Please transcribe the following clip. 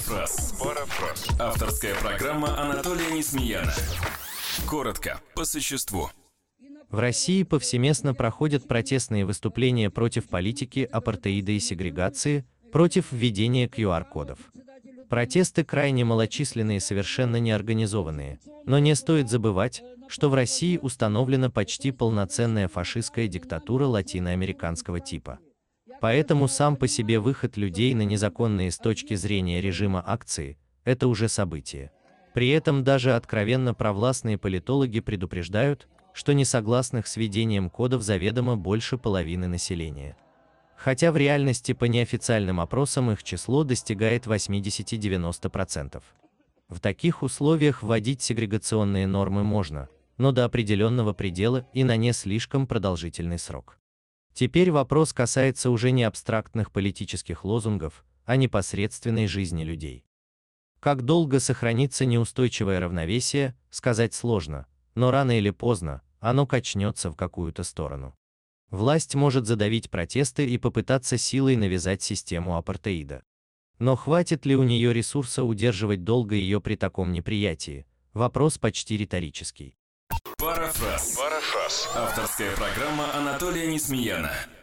Парафраз. Авторская программа Анатолия Несмеяна. Коротко, по существу. В России повсеместно проходят протестные выступления против политики апартеида и сегрегации, против введения QR-кодов. Протесты крайне малочисленные и совершенно неорганизованные, но не стоит забывать, что в России установлена почти полноценная фашистская диктатура латиноамериканского типа. Поэтому сам по себе выход людей на незаконные с точки зрения режима акции – это уже событие. При этом даже откровенно провластные политологи предупреждают, что несогласных с введением кодов заведомо больше половины населения. Хотя в реальности по неофициальным опросам их число достигает 80–90%. В таких условиях вводить сегрегационные нормы можно, но до определенного предела и на не слишком продолжительный срок. Теперь вопрос касается уже не абстрактных политических лозунгов, а непосредственной жизни людей. Как долго сохранится неустойчивое равновесие, сказать сложно, но рано или поздно оно качнется в какую-то сторону. Власть может задавить протесты и попытаться силой навязать систему апартеида. Но хватит ли у нее ресурса удерживать долго ее при таком неприятии? Вопрос почти риторический. Парафраз. Авторская программа Анатолия Несмеяна.